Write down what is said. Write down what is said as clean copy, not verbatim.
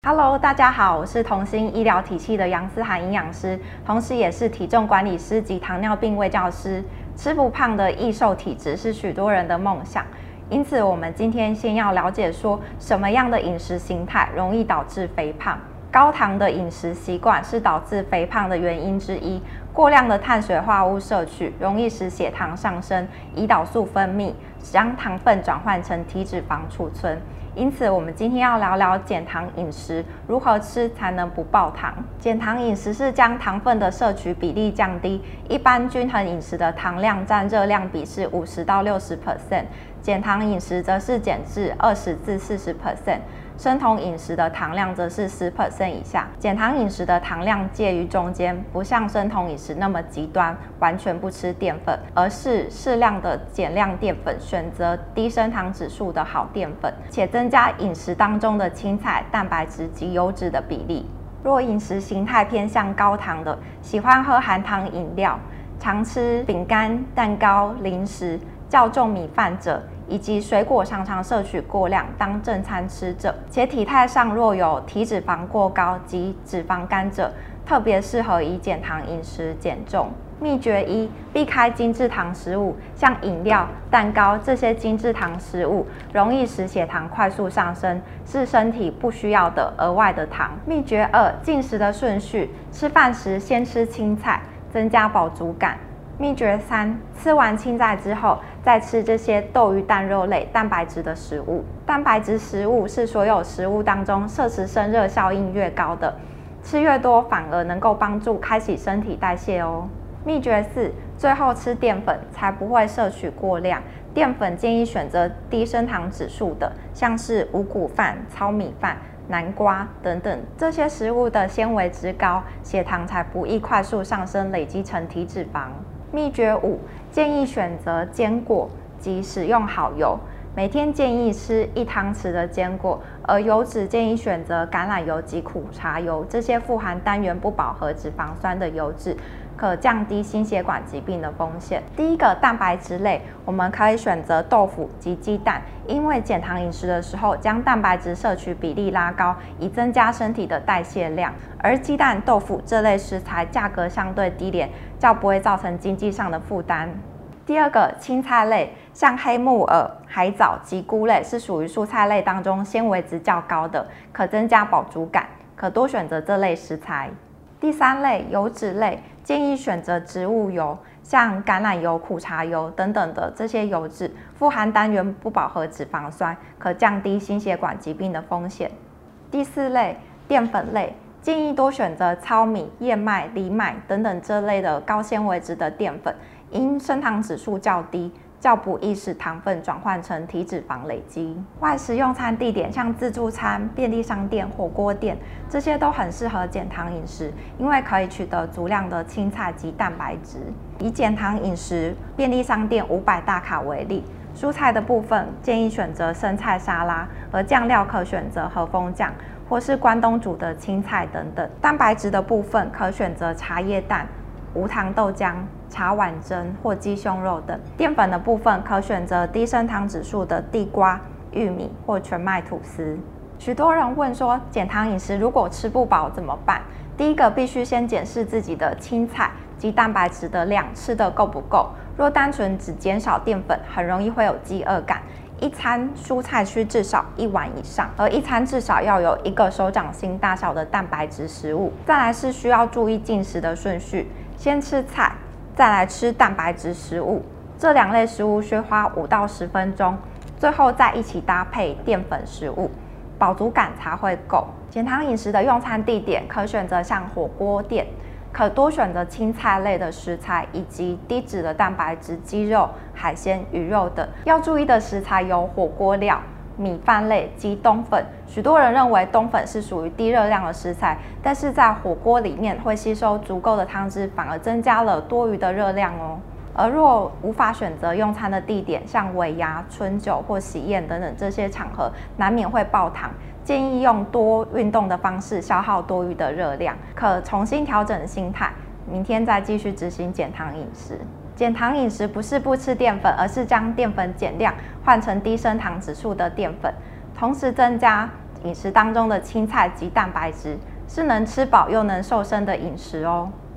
Hello， 大家好，我是同心医疗体系的杨思涵营养师，同时也是体重管理师及糖尿病卫教师。吃不胖的易瘦体质是许多人的梦想，因此我们今天先要了解说什么样的饮食形态容易导致肥胖。高糖的饮食习惯是导致肥胖的原因之一。过量的碳水化合物摄取容易使血糖上升，胰岛素分泌，将糖分转换成体脂肪储存。因此，我们今天要聊聊减糖饮食，如何吃才能不爆糖。减糖饮食是将糖分的摄取比例降低，一般均衡饮食的糖量占热量比是50到60%，减糖饮食则是减至20至40%。生酮饮食的糖量则是10% 以下，减糖饮食的糖量介于中间，不像生酮饮食那么极端，完全不吃淀粉，而是适量的减量淀粉，选择低升糖指数的好淀粉，且增加饮食当中的青菜、蛋白质及油脂的比例。若饮食形态偏向高糖的，喜欢喝含糖饮料，常吃饼干、蛋糕、零食，较重米饭者，以及水果常常摄取过量当正餐吃者，且体态上若有体脂肪过高及脂肪肝者，特别适合以减糖饮食减重。秘诀一：避开精制糖食物，像饮料、蛋糕这些精制糖食物，容易使血糖快速上升，是身体不需要的额外的糖。秘诀二：进食的顺序，吃饭时先吃青菜，增加饱足感。秘诀三：吃完青菜之后，再吃这些豆鱼蛋肉类蛋白质的食物。蛋白质食物是所有食物当中摄食生热效应越高的，吃越多反而能够帮助开启身体代谢哦。秘诀四：最后吃淀粉，才不会摄取过量。淀粉建议选择低升糖指数的，像是五谷饭、糙米饭、南瓜等等，这些食物的纤维质高，血糖才不易快速上升，累积成体脂肪。秘诀五：建议选择坚果及使用好油，每天建议吃1汤匙的坚果，而油脂建议选择橄榄油及苦茶油，这些富含单元不饱和脂肪酸的油脂，可降低心血管疾病的风险。第一个蛋白质类，我们可以选择豆腐及鸡蛋，因为减糖饮食的时候将蛋白质摄取比例拉高，以增加身体的代谢量。而鸡蛋、豆腐这类食材价格相对低廉，较不会造成经济上的负担。第二个青菜类，像黑木耳、海藻及菇类是属于蔬菜类当中纤维质较高的，可增加饱足感，可多选择这类食材。第三类油脂类，建议选择植物油，像橄榄油、苦茶油等等的这些油脂，富含单元不饱和脂肪酸，可降低心血管疾病的风险。第四类淀粉类，建议多选择糙米、燕麦、藜麦等等这类的高纤维质的淀粉，因升糖指数较低，较不易使糖分转换成体脂肪累积。外食用餐地点像自助餐、便利商店、火锅店，这些都很适合减糖饮食，因为可以取得足量的青菜及蛋白质。以减糖饮食便利商店500大卡为例，蔬菜的部分建议选择生菜沙拉，而酱料可选择和风酱，或是关东煮的青菜等等。蛋白质的部分可选择茶叶蛋、无糖豆浆、茶碗蒸或鸡胸肉等。淀粉的部分可选择低升糖指数的地瓜、玉米或全麦吐司。许多人问说，减糖饮食如果吃不饱怎么办？第一个必须先检视自己的青菜及蛋白质的量吃得够不够。若单纯只减少淀粉，很容易会有饥饿感。一餐蔬菜需至少1碗以上，而一餐至少要有1个手掌心大小的蛋白质食物。再来是需要注意进食的顺序，先吃菜，再来吃蛋白质食物，这2类食物需花5到10分钟，最后再一起搭配淀粉食物，饱足感才会够。减糖饮食的用餐地点可选择像火锅店，可多选择青菜类的食材，以及低脂的蛋白质、鸡肉、海鲜、鱼肉等。要注意的食材有火锅料、米饭类及冬粉。许多人认为冬粉是属于低热量的食材，但是在火锅里面会吸收足够的汤汁，反而增加了多余的热量哦。而若无法选择用餐的地点，像尾牙、春酒或喜宴等等这些场合，难免会爆糖，建议用多运动的方式消耗多余的热量，可重新调整心态，明天再继续执行减糖饮食。减糖饮食不是不吃淀粉，而是将淀粉减量，换成低升糖指数的淀粉，同时增加饮食当中的青菜及蛋白质，是能吃饱又能瘦身的饮食哦。